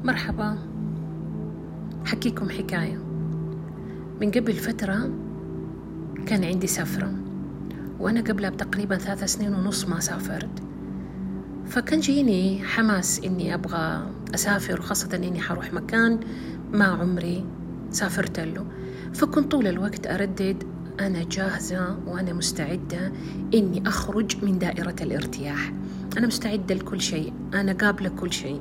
مرحبا، حكيكم حكاية. من قبل فترة كان عندي سفرة، وأنا قبلها بتقريبا 3 سنين ونص ما سافرت، فكان جيني حماس إني أبغى أسافر، وخاصة إني حروح مكان ما عمري سافرت له. فكنت طول الوقت أردد أنا جاهزة وأنا مستعدة إني أخرج من دائرة الارتياح، أنا مستعدة لكل شيء، أنا قابلة كل شيء.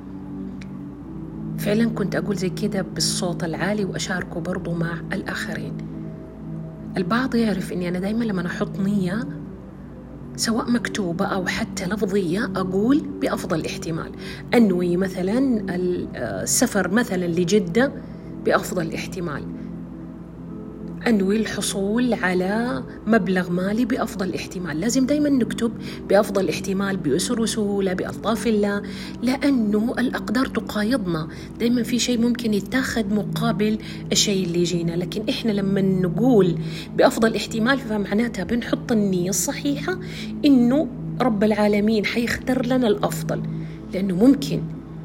فعلا كنت أقول زي كده بالصوت العالي وأشاركه برضو مع الآخرين. البعض يعرف إني أنا دايما لما أحط نية سواء مكتوبة أو حتى لفظية أقول بأفضل احتمال. أنوي مثلا السفر مثلا لجدة بأفضل احتمال، أنوي الحصول على مبلغ مالي بأفضل احتمال. لازم دايما نكتب بأفضل احتمال، بيسر وسهولة، بألطاف الله، لأنه الأقدار تقايضنا. دايما في شيء ممكن يتاخد مقابل الشيء اللي يجينا، لكن إحنا لما نقول بأفضل احتمال فمعناتها بنحط النية الصحيحة إنه رب العالمين حيختار لنا الأفضل، لأنه ممكن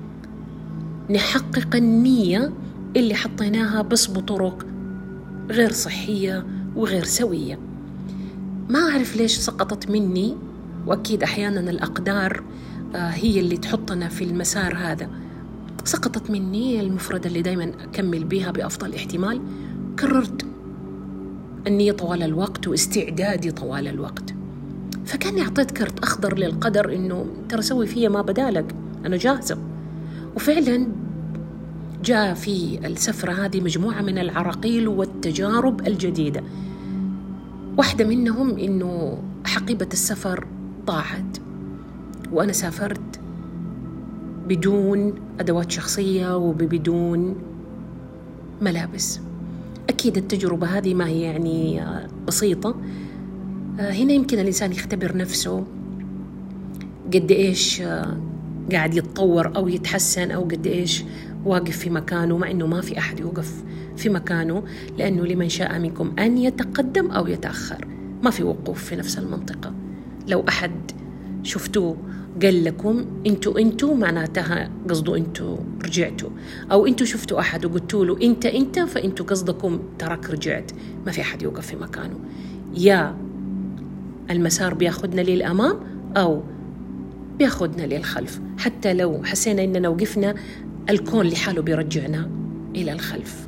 نحقق النية اللي حطيناها بس بطرق غير صحية وغير سوية. ما أعرف ليش سقطت مني، وأكيد أحيانا الأقدار هي اللي تحطنا في المسار هذا. سقطت مني المفردة اللي دايما أكمل بها بأفضل احتمال. كررت النية طوال الوقت واستعدادي طوال الوقت، فكاني أعطيت كرت أخضر للقدر إنه ترى سوي فيها ما بدالك، أنا جاهزة. وفعلا جاء في السفرة هذه مجموعة من العراقيل والتجارب الجديدة. واحدة منهم إنه حقيبة السفر ضاعت، وأنا سافرت بدون أدوات شخصية وبدون ملابس. أكيد التجربة هذه ما هي يعني بسيطة. هنا يمكن الإنسان يختبر نفسه قد إيش قاعد يتطور أو يتحسن، أو قد إيش واقف في مكانه، مع أنه ما في أحد يوقف في مكانه، لأنه لمن شاء منكم أن يتقدم أو يتأخر، ما في وقوف في نفس المنطقة. لو أحد شفتوه قال لكم أنتوا معناتها قصده أنتوا رجعتوا، أو أنتوا شفتوا أحد وقلتوا له أنت فأنتوا قصدكم تراك رجعت. ما في أحد يوقف في مكانه، يا المسار بياخدنا للأمام أو بياخدنا للخلف. حتى لو حسينا إننا وقفنا، الكون لحاله بيرجعنا إلى الخلف.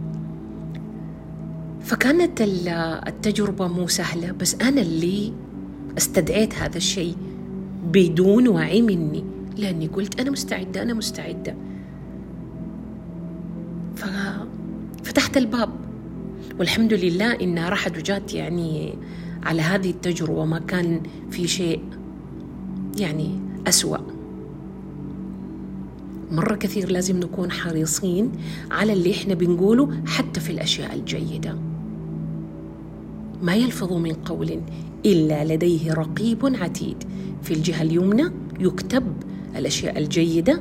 فكانت التجربة مو سهلة، بس أنا اللي استدعيت هذا الشيء بدون وعي مني، لأني قلت أنا مستعدة. ففتحت الباب، والحمد لله إنها راحت وجات يعني على هذه التجربة. ما كان في شيء يعني أسوأ. مرة كثير لازم نكون حريصين على اللي إحنا بنقوله حتى في الأشياء الجيدة. ما يلفظ من قول إلا لديه رقيب عتيد. في الجهة اليمنى يكتب الأشياء الجيدة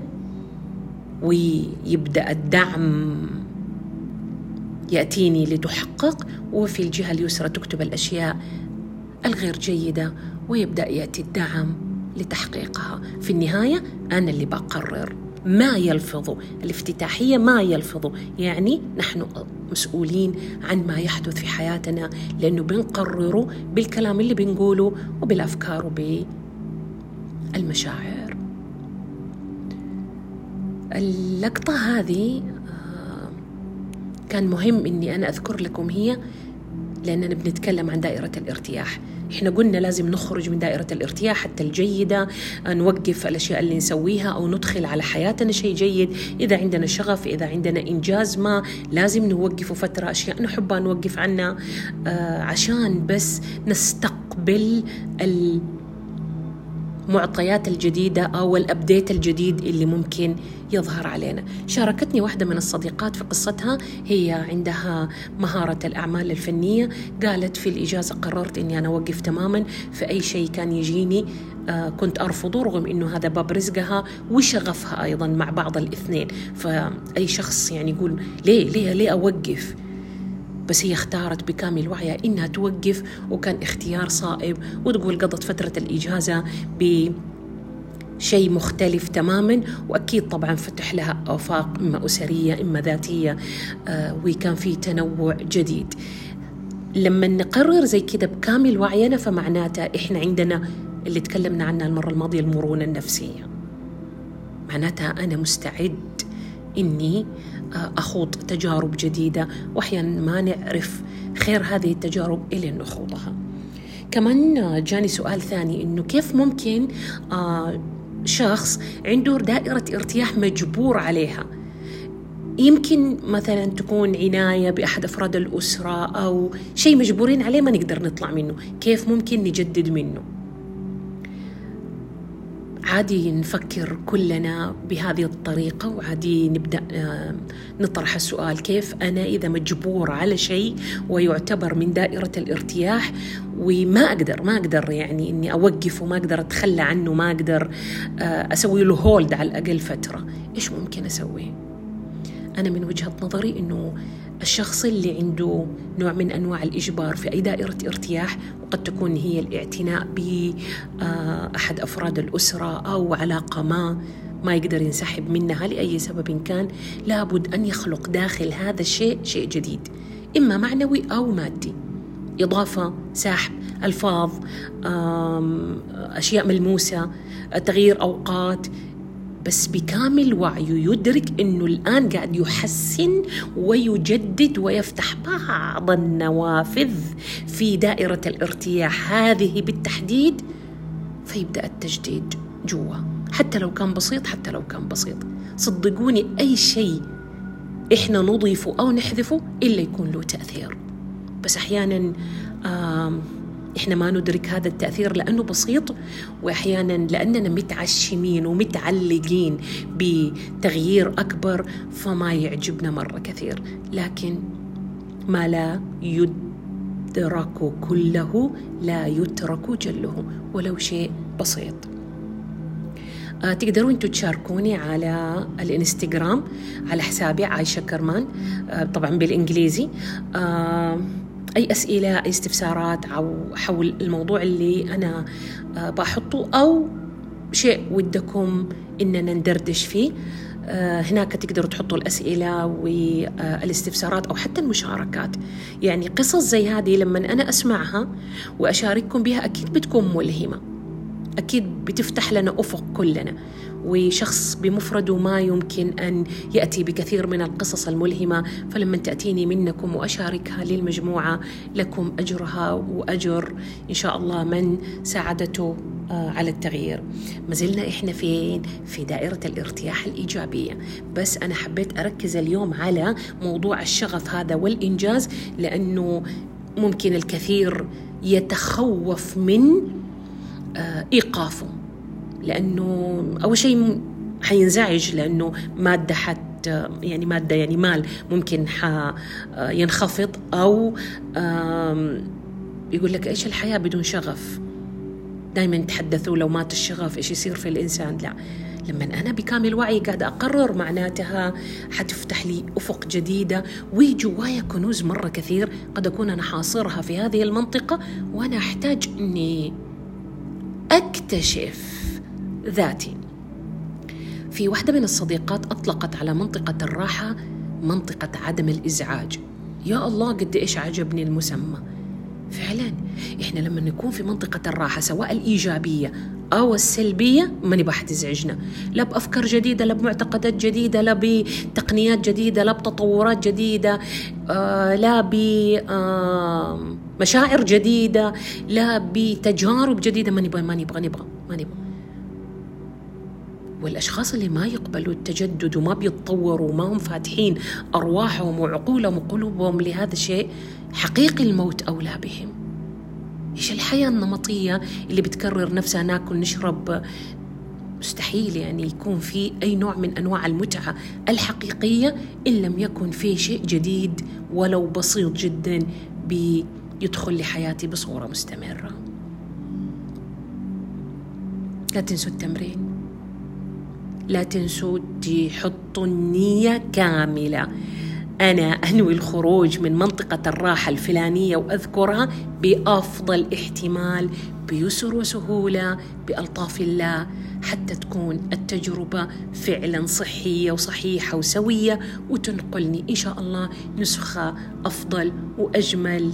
ويبدأ الدعم يأتيني لتحقق، وفي الجهة اليسرى تكتب الأشياء الغير جيدة ويبدأ يأتي الدعم لتحقيقها. في النهاية أنا اللي بقرر ما يلفظ. الافتتاحية ما يلفظ، يعني نحن مسؤولين عن ما يحدث في حياتنا، لأنه بنقرره بالكلام اللي بنقوله وبالأفكار وبالمشاعر. اللقطة هذه كان مهم إني أنا أذكر لكم هي، لأننا بنتكلم عن دائرة الارتياح. إحنا قلنا لازم نخرج من دائرة الارتياح حتى الجيدة، نوقف الأشياء اللي نسويها أو ندخل على حياتنا شيء جيد. إذا عندنا شغف، إذا عندنا إنجاز ما، لازم نوقف فترة أشياء نحبها نوقف عنها، عشان بس نستقبل المعطيات الجديدة أو الأبديت الجديد اللي ممكن يظهر علينا. شاركتني واحدة من الصديقات في قصتها، هي عندها مهارة الأعمال الفنية. قالت في الإجازة قررت أني أنا أوقف تماما في أي شيء كان يجيني، كنت أرفضه رغم أنه هذا باب رزقها وشغفها أيضا مع بعض الاثنين. فأي شخص يعني يقول ليه أوقف، بس هي اختارت بكامل وعيها إنها توقف، وكان اختيار صائب. وتقول قضت فترة الإجازة شيء مختلف تماما، وأكيد طبعا فتح لها آفاق إما أسرية إما ذاتية، وكان في تنوع جديد. لما نقرر زي كده بكامل وعينا فمعناتها إحنا عندنا اللي تكلمنا عنها المرة الماضية، المرونة النفسية. معناتها أنا مستعد إني أخوض تجارب جديدة، وأحيانا ما نعرف خير هذه التجارب إلى نخوضها. كمان جاني سؤال ثاني، إنه كيف ممكن شخص عنده دائرة ارتياح مجبور عليها، يمكن مثلا تكون عناية بأحد أفراد الأسرة أو شيء مجبورين عليه ما نقدر نطلع منه، كيف ممكن نجدد منه؟ عادي نفكر كلنا بهذه الطريقة، وعادي نبدأ نطرح السؤال، كيف أنا إذا مجبور على شيء ويعتبر من دائرة الارتياح وما أقدر يعني إني أوقف، وما أقدر أتخلى عنه، ما أقدر أسوي له هولد على الأقل فترة، إيش ممكن أسوي؟ أنا من وجهة نظري إنه الشخص اللي عنده نوع من أنواع الإجبار في أي دائرة ارتياح، وقد تكون هي الاعتناء بأحد أفراد الأسرة أو علاقة ما يقدر ينسحب منها لأي سبب كان، لابد أن يخلق داخل هذا الشيء شيء جديد، إما معنوي أو مادي، إضافة، سحب، ألفاظ، أشياء ملموسة، تغيير أوقات، بس بكامل وعيه يدرك أنه الآن قاعد يحسن ويجدد ويفتح بعض النوافذ في دائرة الارتياح هذه بالتحديد، فيبدأ التجديد جوا، حتى لو كان بسيط. صدقوني أي شيء إحنا نضيفه أو نحذفه إلا يكون له تأثير، بس أحيانا إحنا ما ندرك هذا التأثير لأنه بسيط، وأحيانا لأننا متعشمين ومتعلقين بتغيير أكبر فما يعجبنا مرة كثير. لكن ما لا يدرك كله لا يترك جله، ولو شيء بسيط. تقدرون انتوا تشاركوني على الانستغرام على حسابي عايشة كرمان، طبعا بالإنجليزي، أي أسئلة، أي استفسارات حول الموضوع اللي أنا بحطه، أو شيء ودكم إننا ندردش فيه. هناك تقدروا تحطوا الأسئلة والاستفسارات أو حتى المشاركات. يعني قصص زي هذه لما أنا أسمعها وأشارككم بها أكيد بتكون ملهمة، أكيد بتفتح لنا أفق كلنا، وشخص بمفرده ما يمكن أن يأتي بكثير من القصص الملهمة، فلما تأتيني منكم وأشاركها للمجموعة لكم أجرها وأجر إن شاء الله من ساعدته على التغيير. ما زلنا إحنا فين؟ في دائرة الارتياح الإيجابية، بس أنا حبيت أركز اليوم على موضوع الشغف هذا والإنجاز، لأنه ممكن الكثير يتخوف من إيقافه، لأنه أول شيء حينزعج، لأنه مادة يعني مال ممكن ينخفض، أو يقول لك إيش الحياة بدون شغف؟ دايما تحدثوا لو مات الشغف إيش يصير في الإنسان. لا، لما أنا بكامل وعي قاعد أقرر معناتها حتفتح لي أفق جديدة، وجوايا كنوز مرة كثير قد أكون أنا حاصرها في هذه المنطقة، وأنا أحتاج أني أكتشف ذاتي. في واحدة من الصديقات أطلقت على منطقة الراحة منطقة عدم الإزعاج. يا الله قد إيش عجبني المسمى. فعلا إحنا لما نكون في منطقة الراحة سواء الإيجابية أو السلبية ما نبغى حد يزعجنا، لا بأفكار جديدة، لا بمعتقدات جديدة، لا بتقنيات جديدة، لا بتطورات جديدة، لا بمشاعر جديدة، لا بتجارب جديدة. ما نبغى. والأشخاص اللي ما يقبلوا التجدد وما بيتطوروا وما هم فاتحين أرواحهم وعقولهم وقلوبهم لهذا الشيء، حقيقي الموت أولى بهم. إيش الحياة النمطية اللي بتكرر نفسها، ناكل نشرب، مستحيل يعني يكون في أي نوع من أنواع المتعة الحقيقية إن لم يكن في شيء جديد ولو بسيط جدا بيدخل لحياتي بصورة مستمرة. لا تنسوا التمرين، لا تنسوا تحطوا النية كاملة. أنا أنوي الخروج من منطقة الراحة الفلانية وأذكرها بأفضل احتمال بيسر وسهولة بألطاف الله، حتى تكون التجربة فعلا صحية وصحيحة وسوية، وتنقلني إن شاء الله نسخة أفضل وأجمل،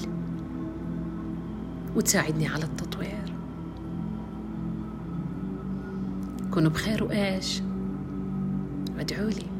وتساعدني على التطوير. كونوا بخير وإيش، وادعوا لي.